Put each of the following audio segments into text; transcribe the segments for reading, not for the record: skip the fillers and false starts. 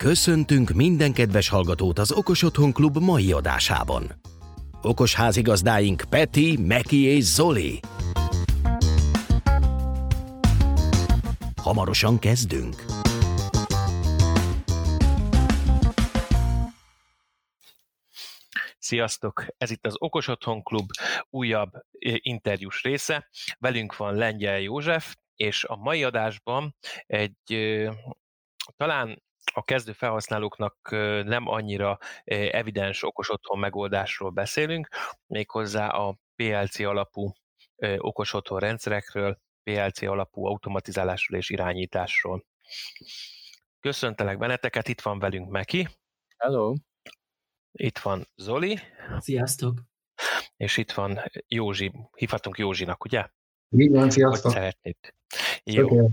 Köszöntünk minden kedves hallgatót az Okos Otthon Klub mai adásában. Okos házigazdáink Peti, Meki és Zoli. Hamarosan kezdünk. Sziasztok! Ez itt az Okos Otthon Klub újabb interjús része. Velünk van Lengyel József, és a mai adásban talán a kezdő felhasználóknak nem annyira evidens okos otthon megoldásról beszélünk, méghozzá a PLC alapú okos otthon rendszerekről, PLC alapú automatizálásról és irányításról. Köszöntelek benneteket, itt van velünk Meki. Hello! Itt van Zoli. Sziasztok! És itt van Józsi, hívhatunk Józsinak, ugye? Igen, sziasztok! Hogy szeretnéd. Jó.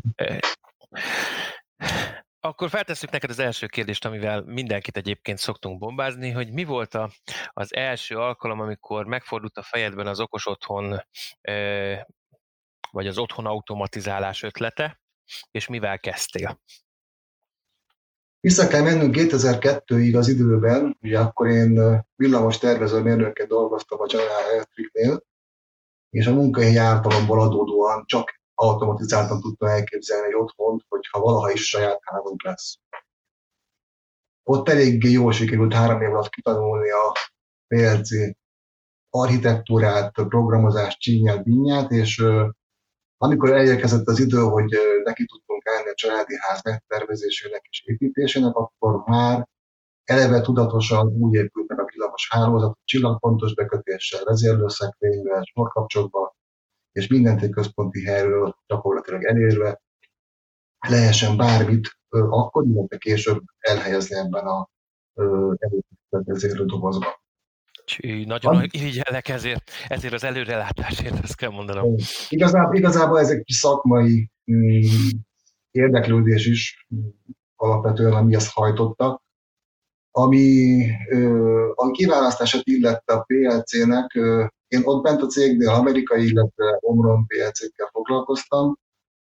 Akkor feltesszük neked az első kérdést, amivel mindenkit egyébként szoktunk bombázni, hogy mi volt az első alkalom, amikor megfordult a fejedben az okos otthon, vagy az otthon automatizálás ötlete, és mivel kezdtél? Vissza kell mennünk 2002-ig az időben, ugye akkor én villamos tervezőmérnökként dolgoztam a General Electricnél, és a munkahelyi ártalomból adódóan csak automatizáltan tudtam elképzelni egy otthont, hogyha valaha is saját házunk lesz. Ott eléggé jól sikerült 3 év alatt kitanulni a PLC architektúrát, programozást, csínyát, bínyát, és amikor elérkezett az idő, hogy neki tudtunk állni a családi ház megtervezésének és építésének, akkor már eleve tudatosan úgy épült meg a villamos hálózat, csillagpontos bekötéssel, vezérlőszekrényvel, sorkapcsolva, és mindent egy központi helyről gyakorlatilag elérve lehessen bármit akkor, illetve később elhelyezni ebben a vezérlő dobozban. Nagyon irigyellek ezért az előrelátásért, ezt kell mondanom. Igazából ez egy szakmai érdeklődés is alapvetően, ami ezt hajtotta. Ami a kiválasztását illette a PLC-nek, én ott bent a cégnél amerikai, illetve Omron PLC-kkel foglalkoztam,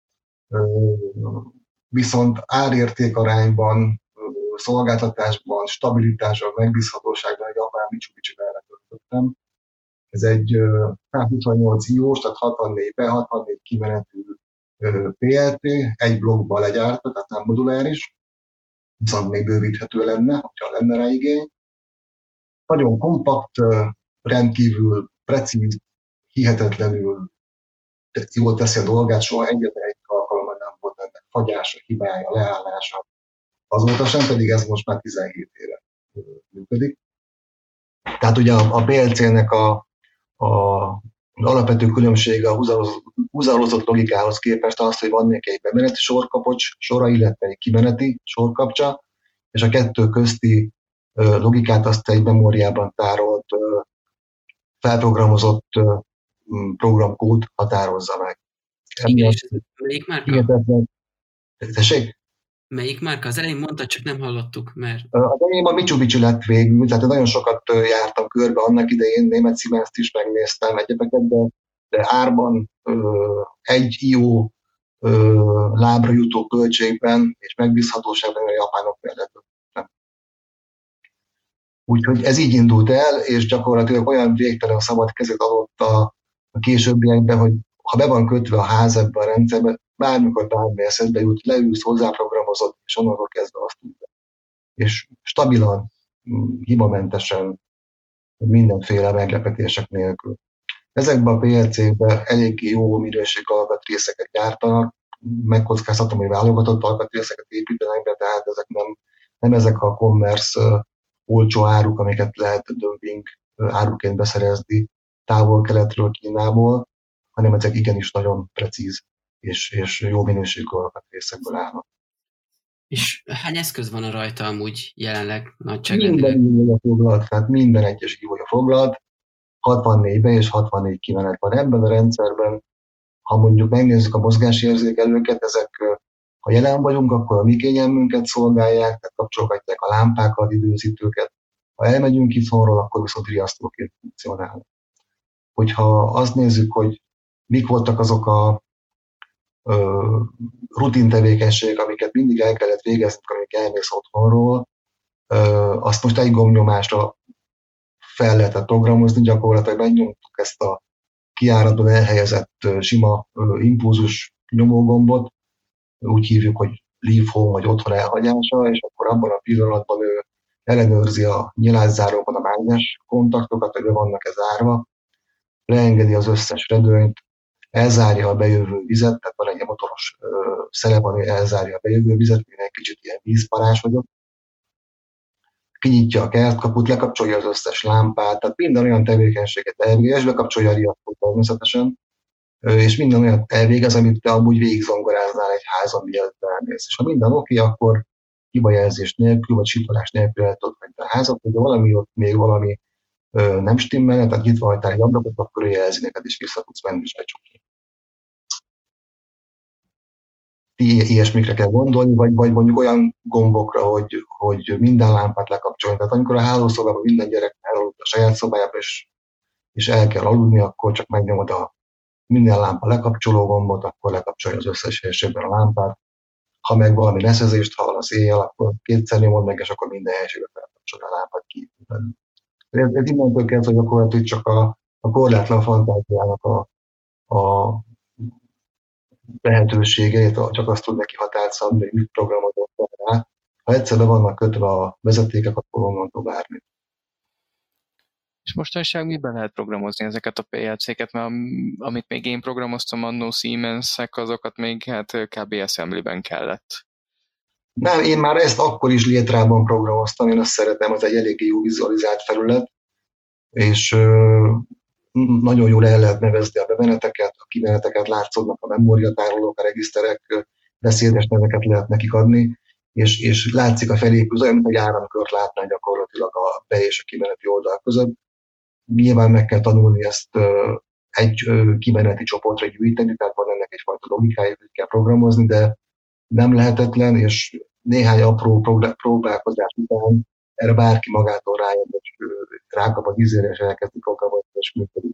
viszont árérték arányban, szolgáltatásban, stabilitásban, megbízhatóságban egy japán Mitsubishi-re töltöttem. Ez egy 128 iós, tehát 64 kimenetű PLC, egy blokkban legyártva, tehát nem moduláris, viszont még bővíthető lenne, ha lenne rá igény. Nagyon kompakt, rendkívül precíz, hihetetlenül jól teszi a dolgát, soha egyetlen egy alkalommal nem volt ennek fagyása, hibája, leállása. Azóta sem, pedig ez most már 17 éve működik. Tehát ugye a PLC-nek az alapvető különbsége a húzalozott logikához képest az, hogy van neki egy bemeneti sorkapocs sora, illetve egy kimeneti sorkapcsa, és a kettő közti logikát azt egy memóriában tárolt, felprogramozott programkód határozza meg. Melyik márka? Tessék? Melyik márka? Az elején mondtad, csak nem hallottuk, mert... Az elején a Mitsubishi lett végül, tehát nagyon sokat jártam körbe annak idején, német Siemens-t is megnéztem egyebeket, de árban egy IO lábra jutó költségben és megbízhatóságban a japánok mellett. Úgyhogy ez így indult el, és gyakorlatilag olyan végtelen szabad kezet adott a későbbiekben, hogy ha be van kötve a ház ebbe a rendszerbe, bármikor bármi eszedbe jut, leülsz, hozzáprogramozott, és onnantól kezdve azt tudja. És stabilan, hibamentesen, mindenféle meglepetések nélkül. Ezekben a PLC-ben eléggé jó minőségű alkatrészeket gyártanak, megkockáztatom, hogy válogatott alkatrészeket építenek be, tehát ezek nem ezek a commerce olcsó áruk, amiket lehet dömping áruként beszerezni távol-keletről, Kínából, hanem ezek igenis nagyon precíz és jó minőségű alkatrészekből állnak. És hány eszköz van rajta amúgy jelenleg nagyságrendileg? Minden írója foglalt, tehát minden egyes írója foglalt, 64-ben és 64 kimenet van ebben a rendszerben. Ha mondjuk megnézzük a mozgásérzékelőket, ezek, ha jelen vagyunk, akkor a mi kényelmünket szolgálják, tehát kapcsolgatják a lámpákat, időzítőket. Ha elmegyünk itthonról, akkor viszont riasztóként funkcionálnak. Hogyha azt nézzük, hogy mik voltak azok a rutin tevékenységek, amiket mindig el kellett végezni, amikor elmész otthonról, azt most egy gombnyomásra fel lehetett programozni, gyakorlatilag megnyomtuk ezt a kijáratban elhelyezett sima impulzus nyomógombot, úgy hívjuk, hogy leave home, vagy otthon elhagyása, és akkor abban a pillanatban ő ellenőrzi a nyilászáróban a mágnes kontaktokat, hogy be vannak-e zárva, leengedi az összes redőnyt, elzárja a bejövő vizet, tehát van egy motoros szerep, ami elzárja a bejövő vizet, én egy kicsit ilyen vízparás vagyok, kinyitja a kertkaput, lekapcsolja az összes lámpát, tehát minden olyan tevékenységet elvégez, bekapcsolja a riasztót természetesen, és minden olyan elvégez, amit te amúgy végigzongoráznál egy házon, mielőtt elmész. És ha minden oké, akkor hibajelzés nélkül, vagy sikolás nélkül el tudod menni a házat, hogy valami ott még valami nem stimmel, tehát nyitva hagytál egy ablakot, akkor ő jelzi neked, és vissza tudsz menni és becsukni. Ilyesmikre kell gondolni, vagy mondjuk olyan gombokra, hogy minden lámpát lekapcsolni. Tehát amikor a hálószobában minden gyerek elaludt a saját szobájába, és el kell aludni, akkor csak megnyomod a minden lámpa lekapcsoló gombot, akkor lekapcsolja az összes helyiségben a lámpát. Ha meg valami leszezést hallasz éjjel, akkor kétszer nyomod meg, és akkor minden helyiségben felkapcsol a lámpát kívül. Ez innentől kezdve, hogy gyakorlatilag csak a korlátlan fantáziának a lehetőségeit, csak azt tud neki határt szabni, hogy mit programozott rá. Ha egyszer le vannak kötve a vezetékek, akkor onnantól bármit. És mostanság miben lehet programozni ezeket a PLC-ket? Mert amit még én programoztam annó Siemens-ek, azokat még hát kb. Assembly-ben kellett. Nem, én már ezt akkor is létrában programoztam, én azt szeretem, az egy eléggé jó vizualizált felület, és nagyon jól el lehet nevezni a bemeneteket, a kimeneteket, látszódnak a memóriatárolók, a regiszterek, beszédes neveket lehet nekik adni, és látszik a felépülés, olyan, mint egy áramkört látná gyakorlatilag a be- és a kimeneti oldal között. Nyilván meg kell tanulni ezt egy kimeneti csoportra gyűjteni, tehát van ennek egyfajta logikája, hogy kell programozni, de nem lehetetlen, és néhány apró próbálkozás után erre bárki magától rájön, hogy rákap a vízére, és elkezdi programozni, és működik.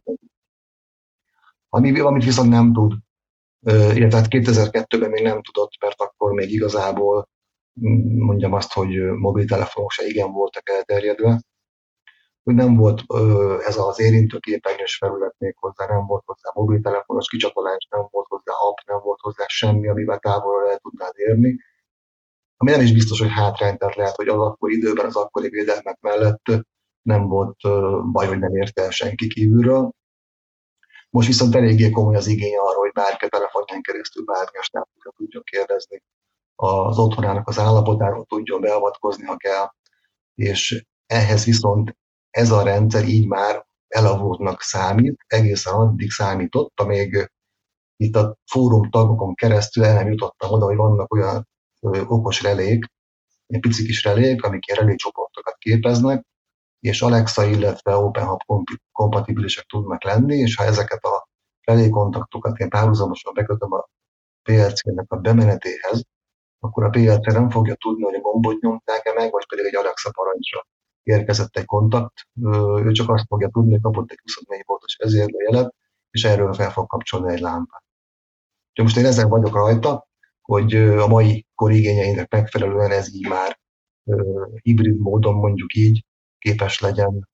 Amit viszont nem tud, illetve 2002-ben még nem tudott, mert akkor még igazából mondjam azt, hogy mobiltelefonok se igen voltak elterjedve, hogy nem volt ez az érintőképernyős felület még hozzá, nem volt hozzá mobiltelefonos kicsatolás, nem volt hozzá app, nem volt hozzá semmi, amivel távolról el tudnád érni. Ami nem is biztos, hogy hátrány, tehát lehet, hogy az akkori időben, az akkori védelmek mellett nem volt baj, hogy nem érte el senki kívülről. Most viszont eléggé komoly az igény arra, hogy bárki telefonján keresztül bárki státusra tudjon kérdezni, az otthonának az állapotáról tudjon beavatkozni, ha kell, és ehhez viszont ez a rendszer így már elavultnak számít, egészen addig számított, amíg itt a fórum tagokon keresztül el nem jutottam oda, hogy vannak olyan okos relék, egy pici kis relék, amik ilyen relécsoportokat képeznek, és Alexa, illetve OpenHub kompatibilisek tudnak lenni, és ha ezeket a relékontaktokat én párhuzamosan bekötöm a PLC-nek a bemenetéhez, akkor a PLC nem fogja tudni, hogy a gombot nyomták-e meg, vagy pedig egy Alexa parancsra érkezett egy kontakt. Ő csak azt fogja tudni, hogy kapott egy 24 voltos vezérlőjelet, és erről fel fog kapcsolni egy lámpát. Úgyhogy most én ezen vagyok rajta, hogy a mai kor igényeinek megfelelően ez így már hibrid módon, mondjuk így, képes legyen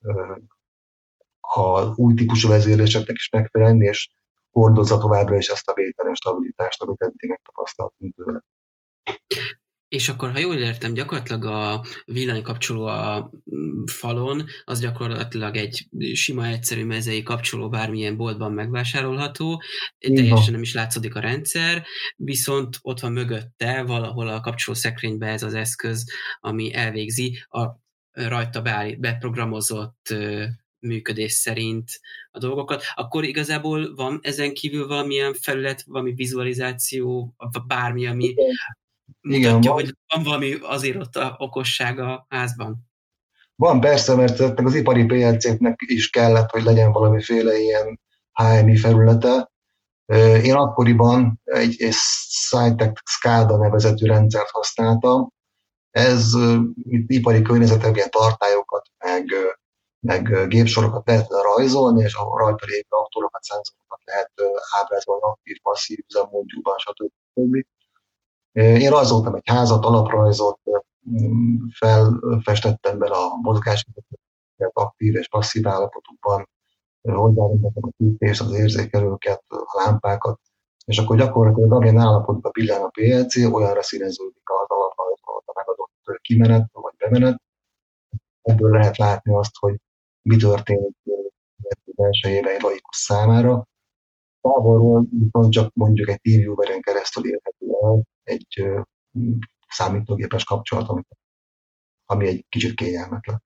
az új típusú vezérléseknek is megfelelni, és hordozza továbbra is ezt a vételen stabilitást, amit eddig megtapasztaltunk tőle. És akkor, ha jól értem, gyakorlatilag a villanykapcsoló a falon, az gyakorlatilag egy sima, egyszerű mezei kapcsoló, bármilyen boltban megvásárolható, teljesen nem is látszódik a rendszer, viszont ott van mögötte valahol a kapcsolószekrényben ez az eszköz, ami elvégzi a rajta beprogramozott működés szerint a dolgokat, akkor igazából van ezen kívül valamilyen felület, valami vizualizáció, bármi, ami mutatja, igen, hogy van valami azért ott a okosság a házban. Van persze, mert az ipari PLC-knek is kellett, hogy legyen valamiféle ilyen HMI felülete. Én akkoriban egy Scitech SCADA nevezetű rendszert használtam. Ez ipari környezetekben ilyen tartályokat, meg meg gépsorokat lehet rajzolni, és a rajta lévő aktorokat, szenzorokat lehet ábrázolni aktív, passzív üzemmódjúban, stb. Én rajzoltam egy házat, alaprajzot, felfestettem bele a mozgásidőket aktív és passzív állapotukban, hozzárendeltem a fűtést, az érzékelőket, a lámpákat, és akkor gyakorlatilag amilyen állapotban pillan a PLC, olyanra színeződik az alaprajzolat, a megadott kimenet vagy bemenet. Ebből lehet látni azt, hogy mi történik belsejében egy laikus számára. Távolról viszont csak mondjuk egy TeamViewer-en keresztül érhető el egy számítógépes kapcsolat, ami egy kicsit kényelmetlen.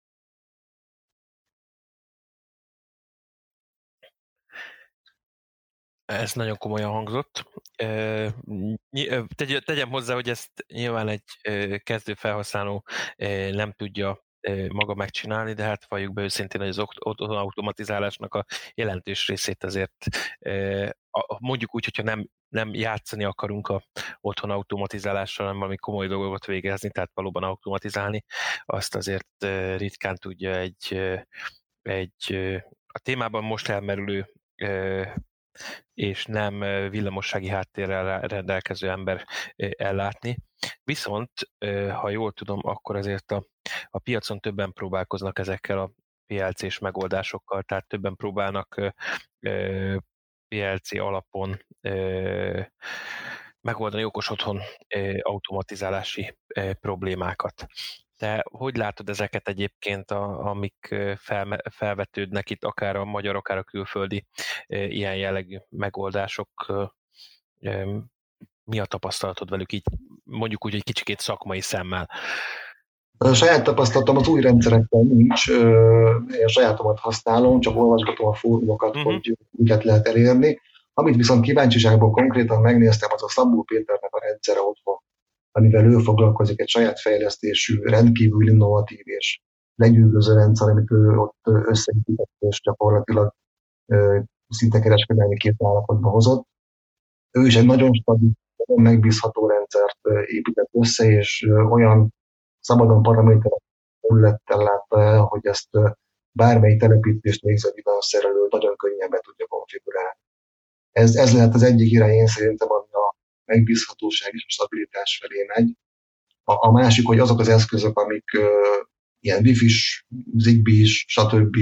Ez nagyon komolyan hangzott. Tegyem hozzá, hogy ezt nyilván egy kezdő felhasználó nem tudja maga megcsinálni, de hát valljuk be őszintén, hogy az automatizálásnak a jelentős részét azért mondjuk úgy, hogyha nem játszani akarunk a otthon automatizálással, hanem valami komoly dolgot végezni, tehát valóban automatizálni, azt azért ritkán tudja egy a témában most elmerülő és nem villamossági háttérrel rendelkező ember ellátni. Viszont, ha jól tudom, akkor azért a piacon többen próbálkoznak ezekkel a PLC-s megoldásokkal, tehát többen próbálnak PLC alapon megoldani okos otthon automatizálási problémákat. Te hogy látod ezeket egyébként, amik felvetődnek itt, akár a magyar, akár a külföldi ilyen jellegű megoldások? Mi a tapasztalatod velük így, mondjuk úgy, egy kicsikét szakmai szemmel? A saját tapasztalatom az új rendszerekkel nincs. Én sajátomat használom, csak olvasgatom a fórumokat, hogy miket lehet elérni. Amit viszont kíváncsiságból konkrétan megnéztem, az a Szabó Péternek a rendszere otthon, amivel ő foglalkozik, egy saját fejlesztésű, rendkívül innovatív és legyűgöző rendszer, amit ő ott összeépített, és gyakorlatilag szinte kereskedelmi kétállapotba hozott. Ő is egy nagyon stabil, nagyon megbízható rendszert épített össze, és olyan szabadon paraméterek területtel látta el, hogy ezt bármely telepítést végző villanyszerelő nagyon könnyen be tudja konfigurálni. Ez lehet az egyik irány, én szerintem, ami a megbízhatóság és a stabilitás felé megy. A másik, hogy azok az eszközök, amik ilyen Wi-Fi-s, Zigbee-s, stb.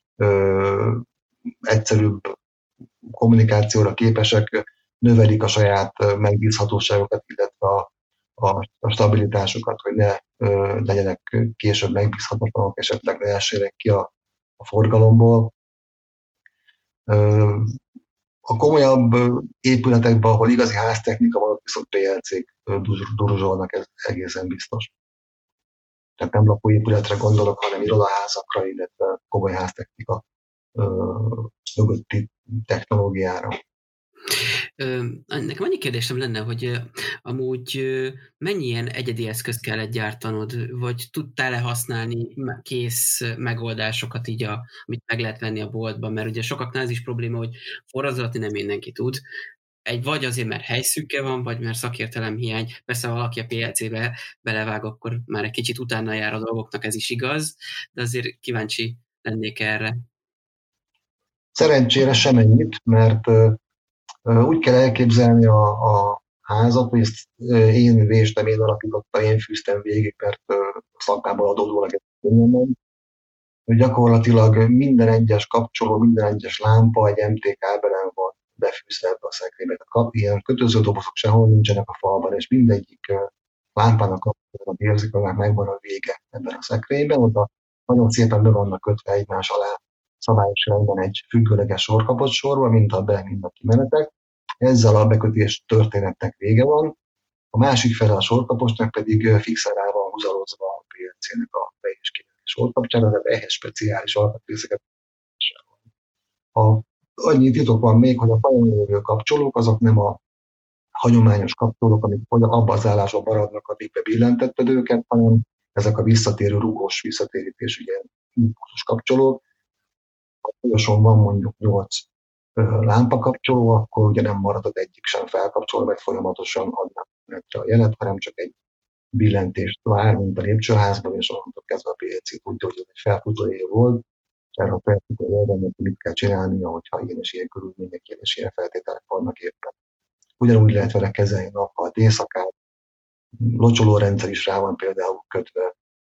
Egyszerűbb kommunikációra képesek, növelik a saját megbízhatóságokat, illetve a stabilitásokat, hogy ne legyenek később megbízhatatlanok, esetleg ne essenek ki a forgalomból. A komolyabb épületekben, ahol igazi háztechnika van, viszont PLC-k duruzsolnak, ez egészen biztos. Tehát nem lakóépületre gondolok, hanem irodaházakra, illetve komoly háztechnika mögötti technológiára. Nekem annyi kérdésem lenne, hogy amúgy mennyi ilyen egyedi eszközt kellett gyártanod, vagy tudtál-e használni kész megoldásokat így, amit meg lehet venni a boltban, mert ugye sokaknál ez is probléma, hogy forrazolni nem mindenki tud. Vagy azért, mert helyszűke van, vagy mert szakértelem hiány. Persze, ha valaki a PLC-be belevág, akkor már egy kicsit utána jár a dolgoknak, ez is igaz, de azért kíváncsi lennék erre. Szerencsére semennyit, mert úgy kell elképzelni a házat, hogy ezt én véstem, én alakítottam, én fűztem végig, mert szakmából adódólag ez könnyen, hogy gyakorlatilag minden egyes kapcsoló, minden egyes lámpa egy MT kábelen van befűzve ebbe a szekrénybe. Ilyen kötöző dobozok sehol nincsenek a falban, és mindegyik lámpának a érzékelőnek megvan a vége ebben a szekrényben, oda nagyon szépen be vannak kötve egymás alá szabályos rendben egy függőleges sorkapott sorba, mind a be, mind a kimenetek. Ezzel a bekötés történetnek vége van. A másik fele a sorkaposnak pedig fixen rá van húzalozva a PLC-nek a be- és kimenetes sorkapcsára, tehát ehhez speciális alkatrészeket. Annyi titok van még, hogy a falon lévő kapcsolók, azok nem a hagyományos kapcsolók, amik abban az állásban maradnak, addig bebillentetted őket, hanem ezek a visszatérő rugós visszatérítés, ugye impulzus kapcsolók. Ha folyoson van mondjuk 8 lámpakapcsoló, akkor ugye nem marad az egyik sem felkapcsolva, mert folyamatosan adnak a jelet, hanem csak egy billentést vár, mint a lépcsőházban, és onnantól kezdve a PLC tudja, hogy ez egy felfutó év volt, erre a felfutó évben mit kell csinálnia, hogyha ilyen és ilyen körülmények, ilyen és ilyen feltételek vannak éppen. Ugyanúgy lehet vele kezelni nappal, éjszakát, locsoló rendszer is rá van például kötve.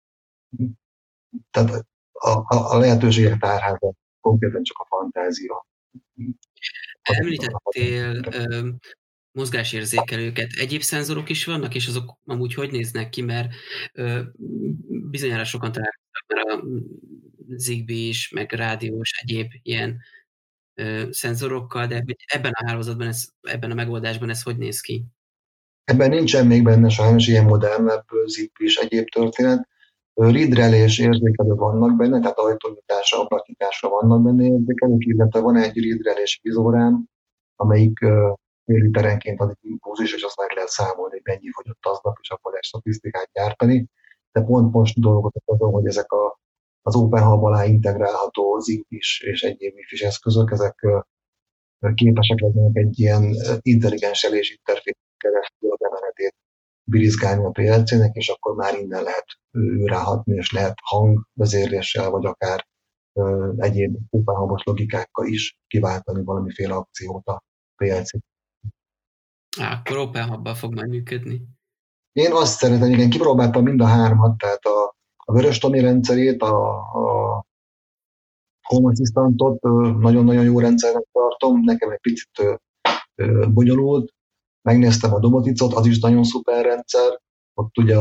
Tehát a lehetőségek tárháza konkrétan csak a fantázia. Említettél mozgásérzékelőket. Egyéb szenzorok is vannak, és azok amúgy hogy néznek ki, mert bizonyára sokan találkoztak már a Zigbee is, meg rádiós, egyéb ilyen szenzorokkal, de ebben a hálózatban, ebben a megoldásban ez hogy néz ki? Ebben nincsen még benne sajnos ilyen modernebb Zigbee és egyéb történet. Read-relés érzékelő vannak benne, tehát ajtónyitásra, ablaknyitásra vannak benne érzékelők, illetve van egy read-relés vizórám, amelyik fél literenként ad egy impulzus, és azt meg lehet számolni, hogy mennyi fogyott aznap, és akkor lehet statisztikát gyártani. De pont most dolgozott azon, hogy ezek az OpenHub alá integrálható Zigbee és egyéb Wi-Fi-s eszközök, ezek képesek legyenek egy ilyen intelligens elés interfész keresztül a bemenetét birizgálni a PLC-nek, és akkor már innen lehet ráhatni, és lehet hangvezérléssel, vagy akár egyéb OpenHub-os logikákkal is kiváltani valamiféle akciót a PLC. Akkor OpenHub-bal fog majd működni. Én azt szeretem, igen, kipróbáltam mind a hármat, tehát a Vörös Tomi rendszerét, a Home Assistantot nagyon-nagyon jó rendszernek tartom, nekem egy picit bonyolult. Megnéztem a Domoticot, az is nagyon szuper rendszer. Ott ugye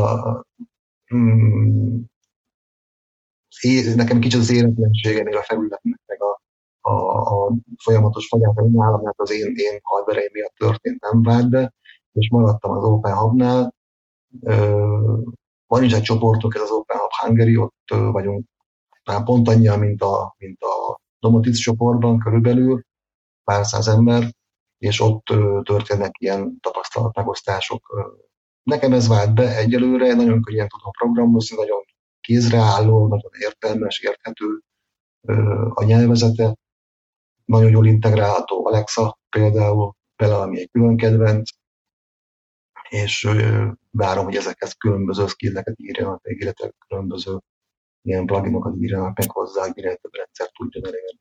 nekem kicsit az életlensége a felületnek, meg a folyamatos fagyása nálam, hát az én hardware miatt történt, nem vált be, és maradtam az OpenHub-nál. Van is egy csoportunk, ez az OpenHub Hungary, ott vagyunk már pont annyian, mint a Domotic csoportban körülbelül, pár száz ember, és ott történnek ilyen tapasztalatmegosztások. Nekem ez vált be egyelőre, nagyon könnyen tudom programozni, nagyon kézreálló, nagyon értelmes, érthető a nyelvezete, nagyon jól integrálható Alexa például, bele, ami egy külön kedvenc, és várom, hogy ezekhez különböző skilleket írjanak, illetve különböző ilyen pluginokat írjanak meg hozzá, hogy minél több rendszer tudjon elérni.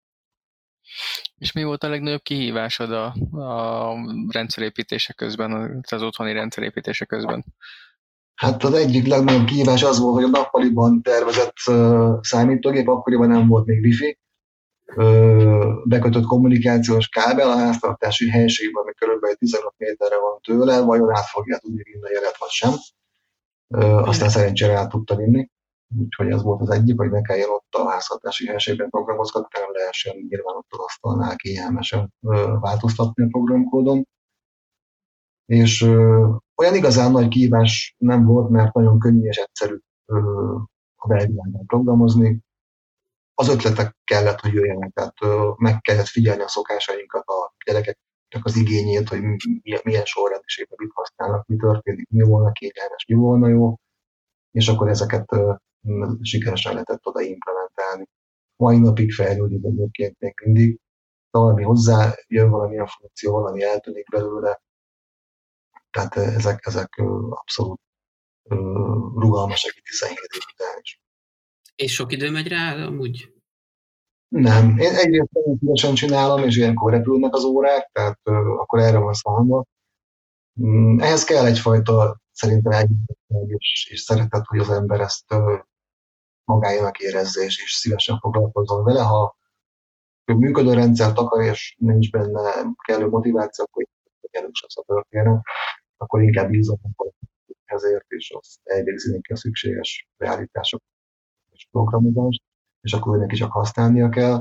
És mi volt a legnagyobb kihívásod a rendszerépítése közben, az otthoni rendszerépítése közben? Hát az egyik legnagyobb kihívás az volt, hogy a nappaliban tervezett számítógép, akkoriban nem volt még Wi-Fi, bekötött kommunikációs kábel a háztartási helyiségben, ami kb. 15 méterre van tőle, vajon át fogja tudni vinni a jelet, vagy sem. Aztán szerencsére át tudta vinni. Úgyhogy ez volt az egyik, hogy ne kelljen ott a háztartási helységben programozgatni, hanem lehessen nyilván ott az asztalnál kényelmesen változtatni a programkódon. És olyan igazán nagy kihívás nem volt, mert nagyon könnyű és egyszerű a belvilágban programozni. Az ötletek kellett, hogy jöjjenek, tehát meg kellett figyelni a szokásainkat, a gyerekeknek az igényét, hogy milyen sorrendiségben mit használnak, mi történik, mi volna kényelmes, mi volna jó, és akkor ezeket sikeresen lehetett oda implementálni. Mai napig fejlődik egyébként még mindig. Valami hozzá jön valamilyen funkció, valami eltűnik belőle. Tehát ezek abszolút rugalmasak itt 17 év után is. És sok idő megy rá amúgy? Nem. Én egyrészt nagyon szívesen csinálom, és ilyenkor repülnek az órák, tehát akkor erre van számva. Ehhez kell egyfajta szerintem és szeretet, hogy az ember ezt magáénak érezze, és szívesen foglalkozzon vele. Ha működő rendszert akar, és nincs benne kellő motiváció, akkor erős az a történet, akkor inkább bízom ezért, és azt elvégzi neki a szükséges beállítások és programozást, és akkor neki csak használnia kell.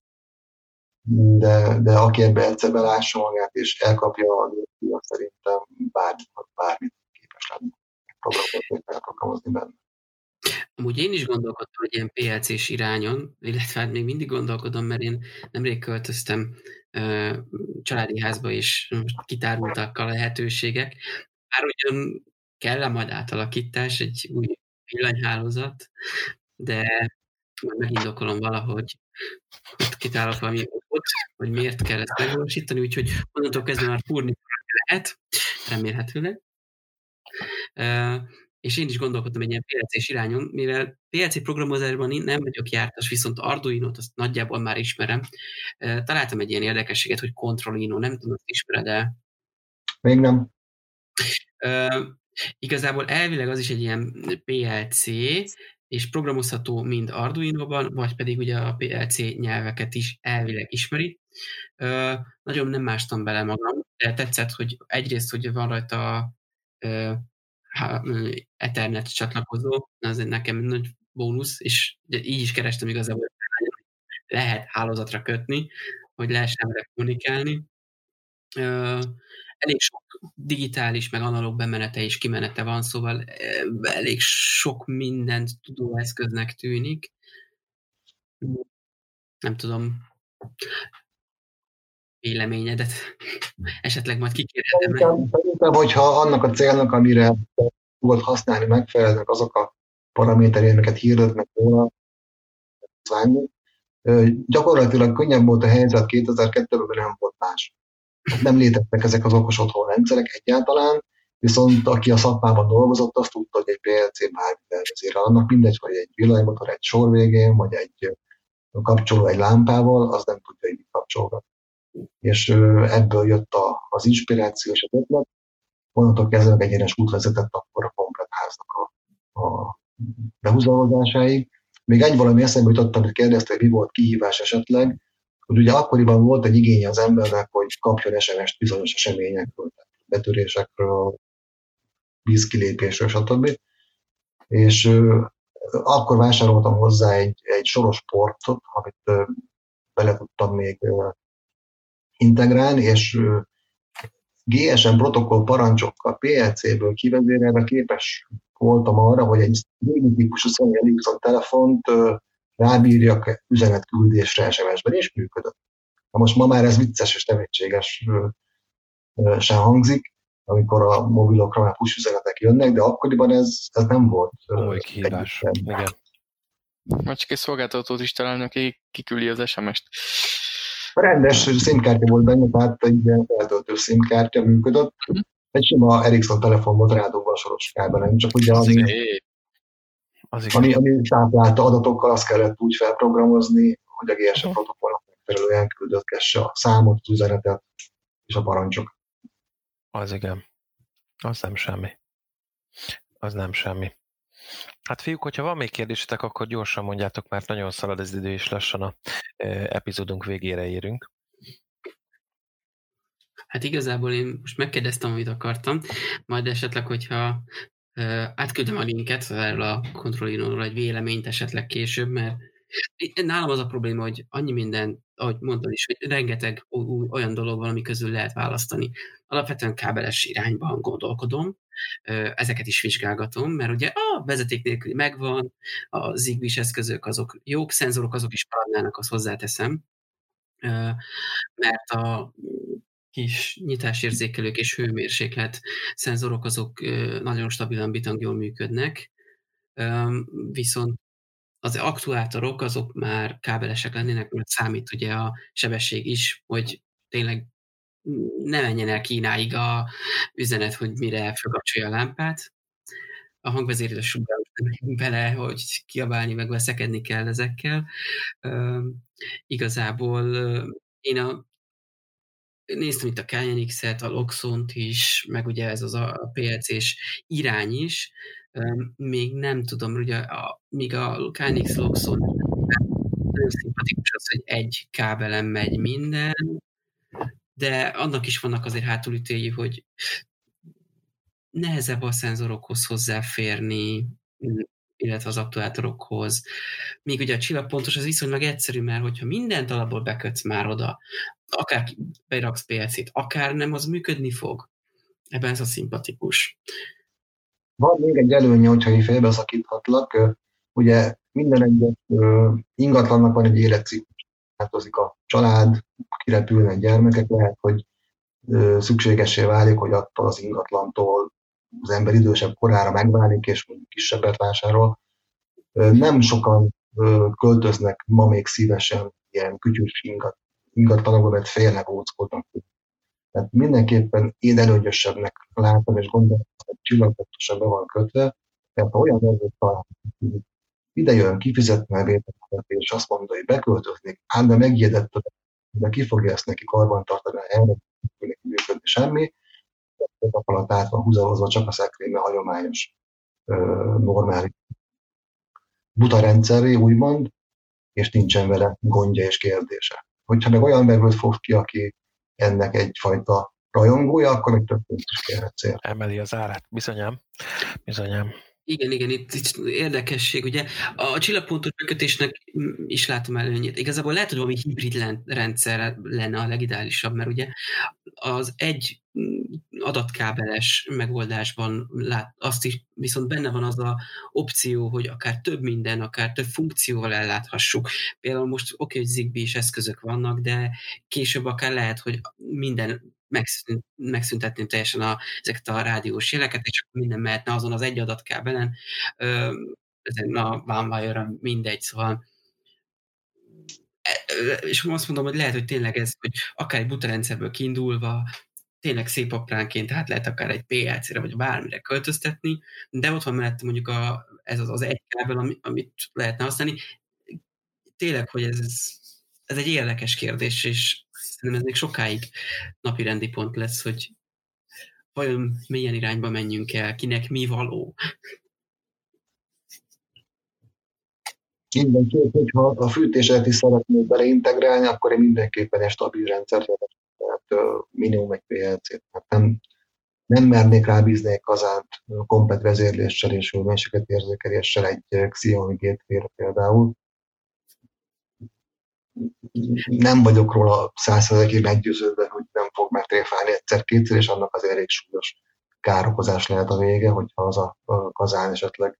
De aki ebbe egyszer belássa magát, és elkapja a nőt, szerintem bármit képes lenni programozni benne. Amúgy én is gondolkodtam egy ilyen PLC-s irányon, illetve hát még mindig gondolkodom, mert én nemrég költöztem családi házba, és most kitárultak a lehetőségek. Már ugyan kell majd átalakítás, egy új villanyhálózat, de majd megindokolom valahogy, ott kitálok valami okot, hogy miért kell ezt megvalósítani, úgyhogy onnantól kezdve már fúrni lehet, remélhetőleg. És én is gondolkodtam egy ilyen PLC-s irányon, mivel PLC programozásban nem vagyok jártas, viszont Arduino-t azt nagyjából már ismerem. Találtam egy ilyen érdekességet, hogy Controlino, nem tudom, hogy ismered-e. Még nem. Igazából elvileg az is egy ilyen PLC, és programozható mind Arduino-ban, vagy pedig ugye a PLC nyelveket is elvileg ismeri. Nagyon nem mástam bele magam, de tetszett, hogy egyrészt, hogy van rajta Ethernet csatlakozó, az nekem nagy bónusz, és így is kerestem igazából, hogy lehet hálózatra kötni, hogy lehessen vele kommunikálni. Elég sok digitális, meg analóg bemenete és kimenete van, szóval elég sok mindent tudó eszköznek tűnik. Nem tudom, véleményedet esetleg majd kikérhetem. Szerintem, hogyha annak a célnak, amire tudod használni, megfelelnek azok a paraméterek, amiket hirdetnek róla, gyakorlatilag könnyebb volt a helyzet 2002-ben, nem volt más. Nem léteztek ezek az okos otthon rendszerek egyáltalán, viszont aki a szakmában dolgozott, azt tudta, hogy egy PLC bármi tervezére. Annak mindegy, hogy egy villanymotor egy sor végén, vagy egy kapcsoló egy lámpával, az nem tudja így kapcsolgatni. És ebből jött az inspiráció és az ötlet. Onnantól kezdve egyenes út vezetett akkor a komplet háznak a behúzalozásáig. Még egy valami eszembe jutott, amit kérdezte, hogy mi volt kihívás esetleg, hogy ugye akkoriban volt egy igénye az embernek, hogy kapjon SMS-t bizonyos eseményekről, betörésekről, vízkilépésről, stb. És akkor vásároltam hozzá egy soros portot, amit bele tudtam még integrálni, és GSM protokoll parancsokkal PLC-ből kivezérelve képes voltam arra, hogy egy régi típusú Sony Ericsson telefont rábírjak üzenetküldésre SMS-ben, és működött. Na most ma már ez vicces és nevetséges sem hangzik, amikor a mobilokra már push üzenetek jönnek, de akkoriban ez nem volt. Komoly kihívás. Igen. Majd csak egy szolgáltatót is találni, aki kiküldi az SMS-t. Rendes SIM-kártya volt benne, tehát egy ilyen feltöltő SIM-kártya működött. Egy sima Ericsson telefon volt rádugva a soros kábelen, csak ugye ami táplálta adatokkal, azt kellett úgy felprogramozni, hogy a GSM protokollnak megfelelően küldötkesse a számot, az üzenetet és a parancsok. Az igen. Az nem semmi. Az nem semmi. Hát fiúk, hogyha van még kérdésetek, akkor gyorsan mondjátok, mert nagyon szalad az idő, és lassan a epizódunk végére érünk. Hát igazából én most megkérdeztem, amit akartam, majd esetleg, hogyha átküldöm a linket erről a Controlino-ról egy véleményt esetleg később, mert nálam az a probléma, hogy annyi minden, ahogy mondtad is, hogy rengeteg olyan dolog van, ami közül lehet választani. Alapvetően kábeles irányban gondolkodom, ezeket is vizsgálgatom, mert ugye a vezeték nélküli megvan, a Zigbee-s eszközök azok jók, szenzorok azok is maradnának, azt hozzáteszem, mert a kis nyitásérzékelők és hőmérséklet szenzorok azok nagyon stabilan, bitang jól működnek, viszont az aktuátorok azok már kábelesek lennének, mert számít ugye a sebesség is, hogy tényleg ne menjen el Kínáig a üzenet, hogy mire felkapcsolja a lámpát. A hangvezérlő sugárok nem megyünk bele, hogy kiabálni, meg veszekedni kell ezekkel. Igazából én néztem itt a KNX-et, a Loxont is, meg ugye ez az a PLC-s irány is. Még nem tudom, ugye míg a KNX Loxon nagyon szimpatikus az, hogy egy kábelen megy minden, de annak is vannak azért hátulütői, hogy nehezebb a szenzorokhoz hozzáférni, illetve az aktuátorokhoz. Míg ugye a csillagpontos az viszonylag egyszerű, mert hogyha mindent alapból bekötsz már oda, akár beraksz PLC-t, akár nem, az működni fog. Ebben ez a szimpatikus. Van még egy előnye, hogyha én félbeszakíthatlak. Ugye minden egyes ingatlannak van egy életciklus. Változik a család, kirepülnek gyermekek, lehet, hogy szükségessé válik, hogy attól az ingatlantól az ember idősebb korára megválik, és mondjuk kisebbet vásárol. Nem sokan költöznek ma még szívesen ilyen kütyűs ingatlanokba, mert félnek, óckodnak. Tehát mindenképpen én előnyösebbnek látom, és gondolom, hogy csillagpontosan be van kötve, mert ha olyan dolgot talál, ide jön, kifizetne a vételt, és azt mondja, hogy beköltöznék, ám de megijedett, de ki fogja ezt neki karbantartani, elnek neki működni semmi, a nap alatt át van húzalozva csak a szekrényben hagyományos, normális buta rendszerré, úgymond, és nincsen vele gondja és kérdése. Hogyha meg olyan emberből fog ki, aki ennek egyfajta rajongója, akkor még több pénzt is kérhet cél. Emeli az árát. Bizonyám. Igen, itt érdekesség, ugye a csillagpontos bekötésnek is látom előnyét. Igazából lehet, hogy valami hibrid rendszer lenne a legideálisabb, mert ugye az egy adatkábeles megoldásban azt is, viszont benne van az a opció, hogy akár több minden, akár több funkcióval elláthassuk. Például most hogy Zigbee-s eszközök vannak, de később akár lehet, hogy minden megszüntetném teljesen ezeket a rádiós jeleket, és akkor minden mehetne azon az egy adatkábelen, ezen a OneWire-on, mindegy, szóval. És azt mondom, hogy lehet, hogy tényleg ez, hogy akár egy buta rendszerből kiindulva, tényleg szép apránként, hát lehet akár egy PLC-re, vagy bármire költöztetni, de ott van mellette mondjuk ez az egy kábel, amit lehetne használni. Tényleg, hogy ez egy érdekes kérdés, és szerintem ez még sokáig napirendi pont lesz, hogy vajon milyen irányba menjünk el, kinek mi való. Mindenképp, hogyha a fűtéset is szeretnék beleintegrálni, akkor én mindenképpen egy stabil rendszert javaslok, tehát minimum egy PLC-t. Nem mernék rábízni egy kazánt komplet vezérléssel és hőmérséklet érzékeléssel egy Xiaomi Gateway-re például. Nem vagyok róla 100%-ig meggyőződve, hogy nem fog megtréfálni egyszer-kétszer, és annak az elég súlyos károkozás lehet a vége, hogyha az a kazán esetleg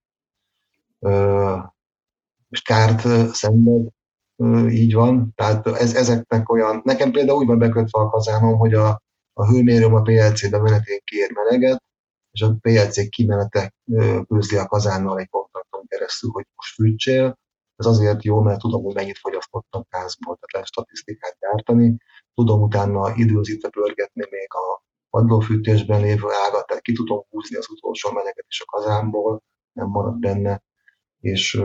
kárt szenved, így van. Tehát ezeknek olyan, nekem például úgy van bekötve a kazánom, hogy a hőmérőm a PLC-be menetén kér meleget, és a PLC kimenete közli a kazánnal egy kontakton keresztül, hogy most fűtsél. Ez azért jó, mert tudom, hogy mennyit fogyasztottam gázból, tehát lehet statisztikát gyártani. Tudom utána időzítve pörgetni még a padlófűtésben lévő ágat, tehát ki tudom húzni az utolsó meleget is a kazánból, nem marad benne, és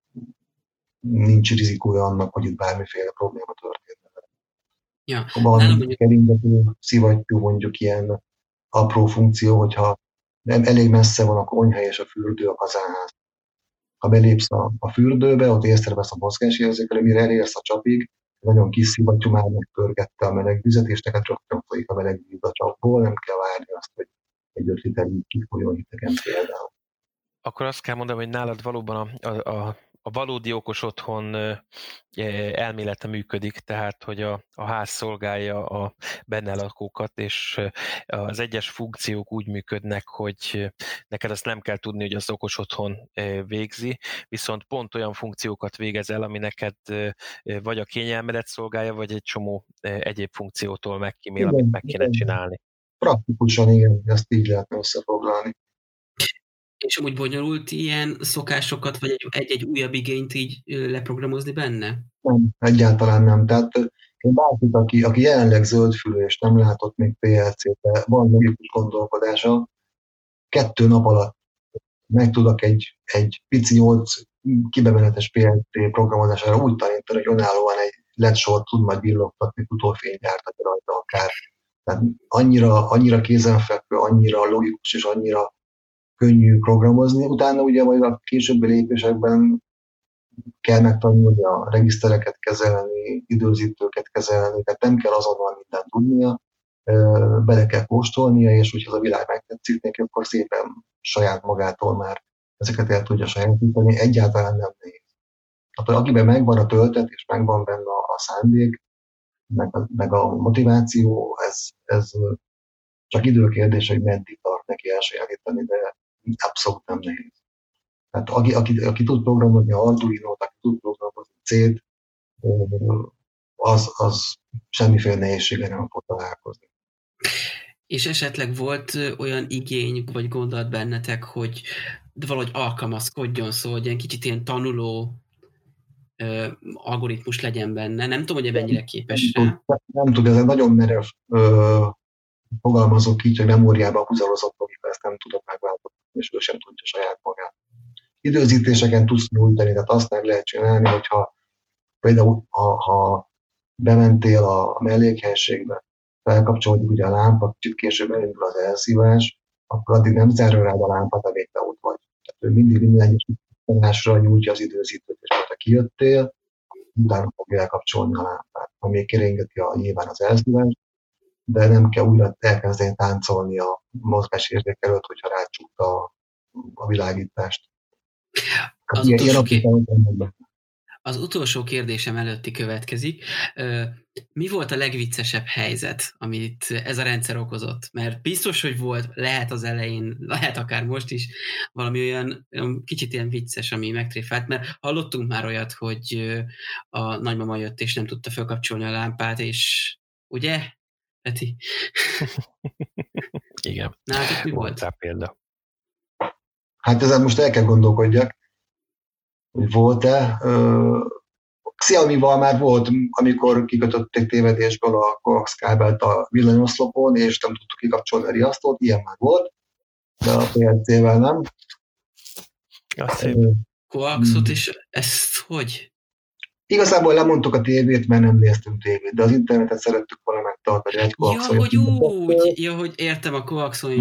nincs rizikója annak, hogy itt bármiféle probléma történne. Ja. Van keringető, szivattyú, mondjuk ilyen apró funkció, hogyha nem elég messze van a konyha és a fürdő a kazánház. Ha belépsz a fürdőbe, ott észrevesz a mozgásérzékelő, mire elérsz a csapig, nagyon kis szivattyú már megpörgette a meleg vizet, és neked rögtön folyik a meleg víz a csapból, nem kell várni azt, hogy egy 5 liter kifolyjon hidegen például. Akkor azt kell mondanom, hogy nálad valóban a valódi okos otthon elmélete működik, tehát hogy a ház szolgálja a benne lakókat, és az egyes funkciók úgy működnek, hogy neked azt nem kell tudni, hogy az okos otthon végzi, viszont pont olyan funkciókat végez el, ami neked vagy a kényelmedet szolgálja, vagy egy csomó egyéb funkciótól megkímél, amit meg kéne csinálni. Praktikusan igen, ezt így lehetne összefoglalni. És amúgy bonyolult ilyen szokásokat, vagy egy újabb igényt így leprogramozni benne? Nem, egyáltalán nem. Tehát én bárkit, aki jelenleg zöldfülű és nem látott még PLC-be, van logikus gondolkodása, 2 nap alatt megtudok egy pici 8 kibemenetes PLC programozására úgy tanítani, hogy önállóan egy LED sort tud majd villogtatni, futófényt gyártatni rajta akár. Tehát annyira kézenfekvő, annyira logikus és annyira könnyű programozni. Utána ugye majd a későbbi lépésekben kell megtanulni a regisztereket kezelni, időzítőket kezelni, tehát nem kell azonnal mindent tudnia, bele kell kóstolnia, és hogyha a világ megtetszik neki, akkor szépen saját magától már ezeket el tudja sajátítani, egyáltalán nem nehéz. Tehát akiben megvan a töltet, és megvan benne a szándék, meg a motiváció, ez csak időkérdés, hogy meddig tart neki elsajátítani, de abszolút nem nehéz. Tehát aki tud programozni Arduino-t, aki tud programozni C-t, az semmiféle nehézséggel nem fog találkozni. És esetleg volt olyan igény, vagy gondolat bennetek, hogy valahogy alkalmazkodjon, szóval hogy kicsit ilyen tanuló algoritmus legyen benne. Nem tudom, hogy mennyire képes rá. Nem tud, ez egy nagyon merev fogalmazok így, hogy memóriában húzarozott logika, ezt nem tudok megváltoztatni, és ő sem tudja saját magát. Időzítéseken tudsz nyújtani, tehát azt meg lehet csinálni, hogyha például ha bementél a mellékhelységbe, felkapcsolódik ugye a lámpa, kicsit később elindul az elszívás, akkor addig nem zárja rád a lámpát, amíg te ott vagy. Tehát ő mindig minden egyes tanásra nyújtja az időzítőt, és ha kijöttél, utána fogja elkapcsolni a lámpát, ami kerengeti nyilván az elszívást, de nem kell újra elkezdeni táncolni a mozgásérzék előtt, hogyha rácsukta a világítást. Az utolsó kérdésem előtti következik. Mi volt a legviccesebb helyzet, amit ez a rendszer okozott? Mert biztos, hogy volt, lehet az elején, lehet akár most is, valami olyan kicsit ilyen vicces, ami megtréfált, mert hallottunk már olyat, hogy a nagymama jött, és nem tudta felkapcsolni a lámpát, és ugye, Peti? Igen. Nálatok mi volt? Rá példa. Hát ezen most el kell gondolkodjak, hogy volt-e. Xiaomi-val már volt, amikor kikötötték tévedésből a coax kábelt a villanyoszlopon, és nem tudtuk kikapcsolni a riasztót, ilyen már volt, de a PLC-vel nem. Coaxot, és ezt hogy? Igazából lemondtuk a tévét, mert nem néztünk tévét, de az internetet szerettük volna megtartani egy coaxon. Hogy értem a coaxon,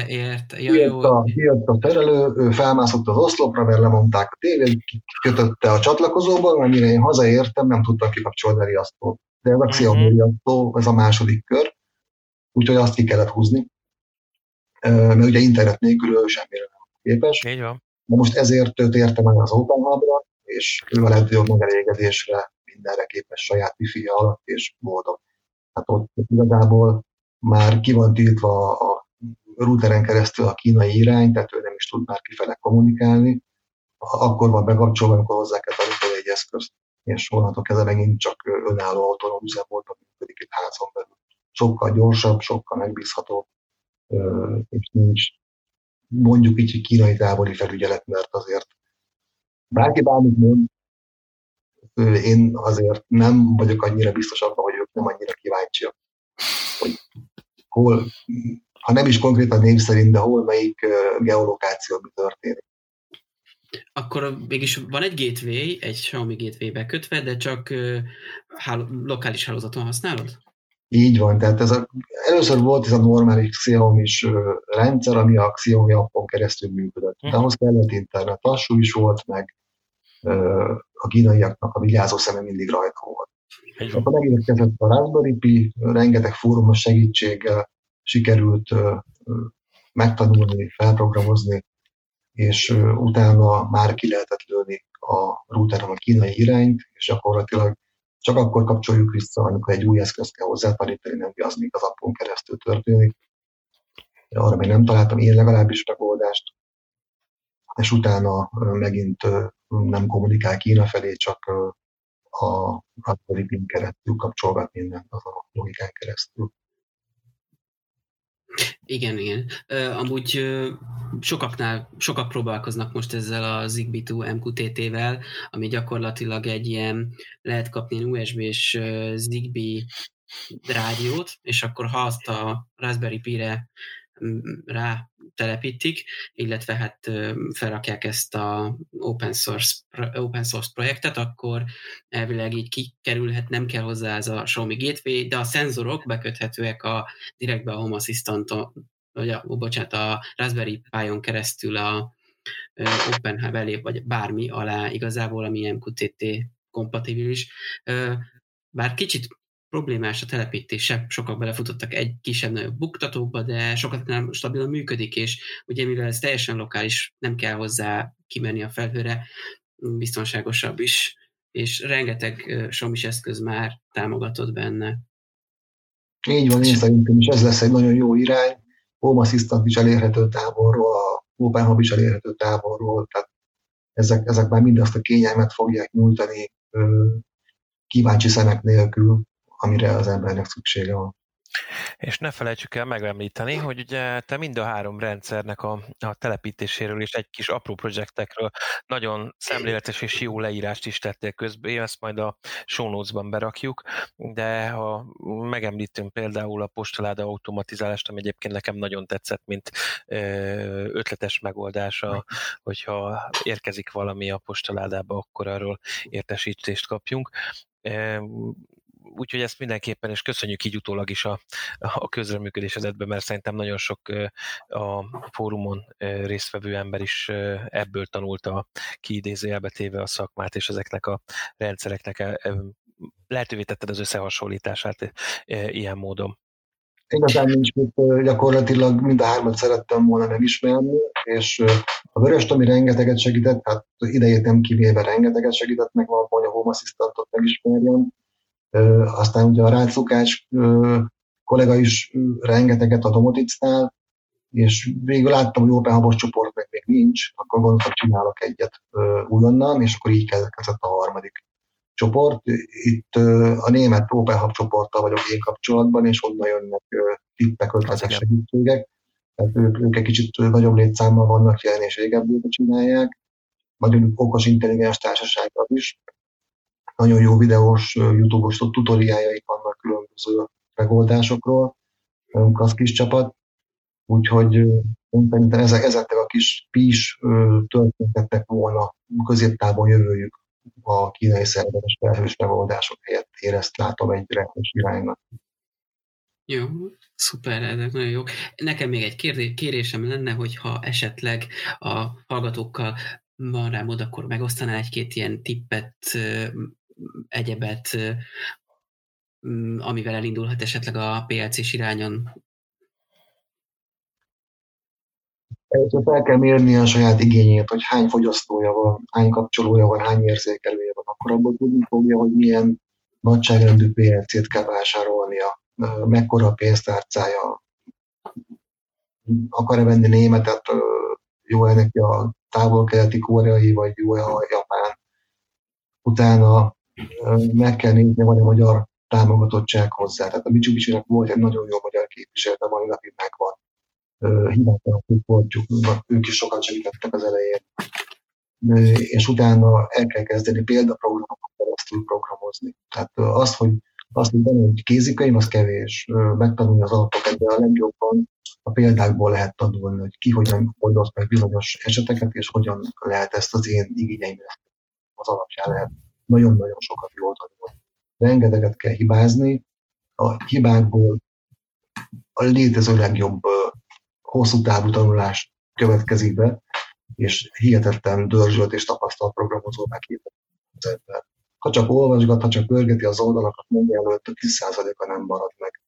Kijött a felelő, ő felmászott az oszlopra, mert lemondták a tévét, kikötötte a csatlakozóban, amire én hazaértem, nem tudtam kikapcsolni a riasztót. De ez a Xiaomi riasztó, ez a második kör, úgyhogy azt ki kellett húzni. Mert ugye internet nélkül semmire nem képes. Így van. De most ezért őt értem el az Open Hub-ra, és ő a legjobb megelégedésre mindenre képes saját wifi-ja alatt, és boldog. Hát ott igazából már ki van tiltva a routeren keresztül a kínai irány, tehát ő nem is tud már kifele kommunikálni. Akkor van bekapcsolva, amikor hozzá kell tanítani egy eszközt, és onnantól kezdve megint csak önálló autonóm üzemmódban működik itt házon belül. Sokkal gyorsabb, sokkal megbízhatóbb, és nincs mondjuk így kínai távoli felügyelet, mert azért bárki bármit mond, én azért nem vagyok annyira biztos abban, hogy ők nem annyira kíváncsiak, hogy hol, ha nem is konkrétan név szerint, de hol melyik geolokációban történik. Akkor mégis van egy gateway, egy Xiaomi gateway bekötve, de csak lokális hálózaton használod? Így van, tehát először volt ez a normális Xiaomi-s rendszer, ami a Xiaomi appon keresztül működött. De ahhoz kellett internet, lassú is volt, meg a kínaiaknak a vigyázó szeme mindig rajta volt. Akkor megérkezett a Raspberry Pi, rengeteg fórumos segítséggel sikerült megtanulni, felprogramozni, és utána már ki lehetett lőni a routeren a kínai irányt, és gyakorlatilag csak akkor kapcsoljuk vissza, amikor egy új eszközt kell hozzátanítani, nem az még az appon keresztül történik. Arra még nem találtam én legalábbis megoldást, és utána megint nem kommunikál Kína felé, csak a Raspberry Pi-n keresztül kapcsolgat mindent az a logikán keresztül. Igen. Amúgy sokak próbálkoznak most ezzel a Zigbee to MQTT-vel, ami gyakorlatilag egy ilyen, lehet kapni USB-s Zigbee rádiót, és akkor ha azt a Raspberry Pi-re rá telepítik, illetve hát felrakják ezt a open source projektet, akkor elvileg így kikerülhet, nem kell hozzá ez a Xiaomi Gateway, de a szenzorok beköthetőek direktbe a Home Assistant-on, a Raspberry Pi-on keresztül a Open Hub elé, vagy bármi alá igazából, ami MQTT kompatibilis. Bár kicsit problémás a telepítése, sokan belefutottak egy kisebb-nagyobb buktatóba, de sokat nem stabilan működik, és ugye mivel ez teljesen lokális, nem kell hozzá kimenni a felhőre, biztonságosabb is, és rengeteg Xiaomi-s eszköz már támogatott benne. Így van, én szerintem is ez lesz egy nagyon jó irány. Home Assistant is elérhető távolról, a Open Hub is elérhető távolról, tehát ezek már mindazt a kényelmet fogják nyújtani kíváncsi szemek nélkül, amire az embernek szüksége van. És ne felejtsük el megemlíteni, hogy ugye te mind a 3 rendszernek a telepítéséről és egy kis apró projektekről nagyon szemléletes és jó leírást is tettél közbe, ezt majd a show notes-ban berakjuk, de ha megemlítünk például a postaláda automatizálást, ami egyébként nekem nagyon tetszett, mint ötletes megoldása, hogyha érkezik valami a postaládába, akkor arról értesítést kapjunk. Úgyhogy ezt mindenképpen, és köszönjük így utólag is a közreműködésedben, mert szerintem nagyon sok a fórumon résztvevő ember is ebből tanulta kiidézőjelbe téve a szakmát, és ezeknek a rendszereknek lehetővé tetted az összehasonlítását ilyen módon. Igazán nincs mit, gyakorlatilag mind a 3-at szerettem volna megismerni, és a Vörös Tomi rengeteget segített, hát idejét nem kivéve rengeteget segített meg abban, hogy a Home Assistantot megismerjem. Aztán ugye a Rácz Lukács kollega is rengeteget a Domoticnál, és végül láttam, hogy Open Hub-os csoport meg még nincs, akkor gondoltam, csinálok egyet újonnan, és akkor így kezdett a harmadik csoport. Itt a német Open Hub csoporttal vagyok én kapcsolatban, és onnan jönnek tippek, ötletek, segítségek. Tehát ők egy kicsit nagyobb létszámmal vannak jelen, és régebben csinálják. Nagyon okos, intelligens társasággal is. Nagyon jó videós, YouTube-os tutoriáljaik vannak különböző megoldásokról. Nagyon klassz kis csapat. Úgyhogy szerintem ezeknek a kis PIS történeteknek volna középtávon jövőjük a kínai szerveres felhős megoldások helyett. Én ezt látom egy reális iránynak. Jó, szuper, ezek nagyon jók. Nekem még egy kérésem lenne, hogyha esetleg a hallgatókkal van rá mód, akkor megosztanál egy-két ilyen tippet, egyebet, amivel elindulhat esetleg a PLC-s irányon. Először fel kell mérni a saját igényét, hogy hány fogyasztója van, hány kapcsolója van, hány érzékelője van, akkor abból tudni fogja, hogy milyen nagyságrendű PLC-t kell vásárolnia, mekkora a pénztárcája, akar-e venni németet, jó-e neki a távol-keleti koreai, vagy jó-e a japán. Utána meg kell nézni, van-e magyar támogatottság hozzá. Tehát a Mitsubishi-nek volt egy nagyon jó magyar képviselet, a mai napig megvan. Hibátlan supportjuk, ők is sokat segítettek az elején. És utána el kell kezdeni példaprogramokon keresztül programozni. Tehát azt, hogy van egy kézikönyv, az kevés. Megtanulni az alapokat, de a legjobban a példákból lehet tanulni, hogy ki hogyan oldott meg bizonyos eseteket, és hogyan lehet ezt az én igényeimre az alapján lehet nagyon-nagyon sokat jól tanulni. Rengeteget kell hibázni, a hibákból a létező legjobb hosszú távú tanulás következik be, és hihetetlen dörzsölt és tapasztalt programozóvá képes az ember. Ha csak olvasgat, ha csak pörgeti az oldalakat, mondja előtt, a 10%-a nem marad meg.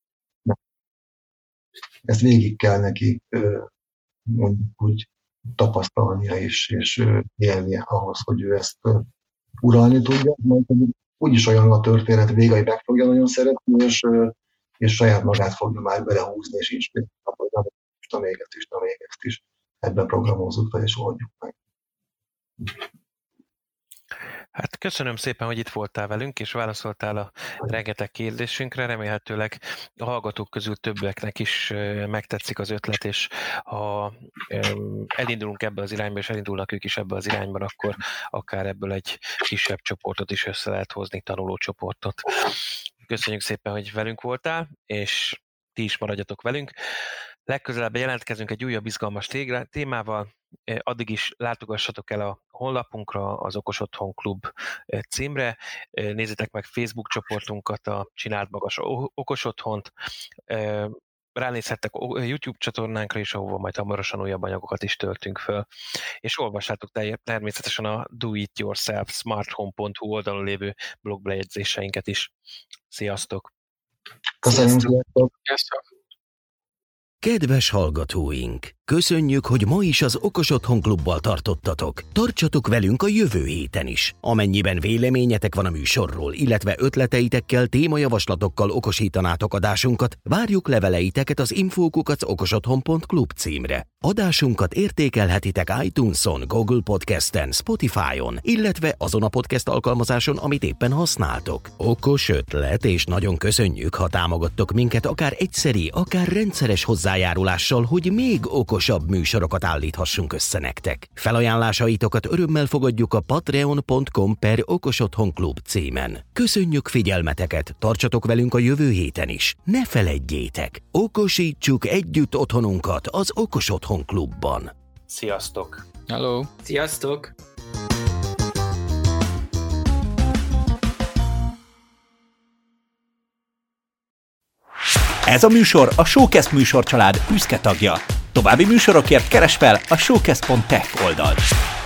Ezt végig kell neki mondjuk úgy tapasztalnia és élnie ahhoz, hogy ő ezt uralni tudja. Majd úgyis olyan a történet vége, hogy meg fogja nagyon szeretni, és saját magát fogja már belehúzni, és inspirálni, hogy még ezt is. Ebben programozzuk fel, és oldjuk meg. Hát köszönöm szépen, hogy itt voltál velünk, és válaszoltál a rengeteg kérdésünkre. Remélhetőleg a hallgatók közül többeknek is megtetszik az ötlet, és ha elindulunk ebbe az irányba, és elindulnak ők is ebbe az irányban, akkor akár ebből egy kisebb csoportot is össze lehet hozni, tanulócsoportot. Köszönjük szépen, hogy velünk voltál, és ti is maradjatok velünk. Legközelebb jelentkezünk egy újabb izgalmas témával, addig is látogassatok el a honlapunkra, az Okos Otthon Klub címre, nézzétek meg Facebook csoportunkat, a Csináld Magas Okos Otthont, ránézhettek YouTube csatornánkra is, ahova majd hamarosan újabb anyagokat is töltünk föl, és olvassátok természetesen a Do It Yourself smarthome.hu oldalon lévő blogbejegyzéseinket is. Sziasztok! Köszönöm, sziasztok! Kedves hallgatóink! Köszönjük, hogy ma is az Okos Otthon Klubbal tartottatok. Tartsatok velünk a jövő héten is. Amennyiben véleményetek van a műsorról, illetve ötleteitekkel, témajavaslatokkal okosítanátok adásunkat, várjuk leveleiteket az info@okosotthon.klub címre. Adásunkat értékelhetitek iTunes-on, Google Podcasten, Spotify-on, illetve azon a podcast alkalmazáson, amit éppen használtok. Okos ötlet, és nagyon köszönjük, ha támogattok minket akár egyszeri, akár rendszeres hozzájárulással, hogy még okosabb műsorokat állíthassunk össze nektek. Felajánlásaitokat örömmel fogadjuk a patreon.com/okosotthonklub címen. Köszönjük figyelmeteket, tartsatok velünk a jövő héten is. Ne feledjétek, okosítsuk együtt otthonunkat az Okos Otthon Klubban. Sziasztok! Hello! Sziasztok! Ez a műsor a Showcast műsorcsalád büszke tagja. További műsorokért keresd fel a showcast.tech oldalt.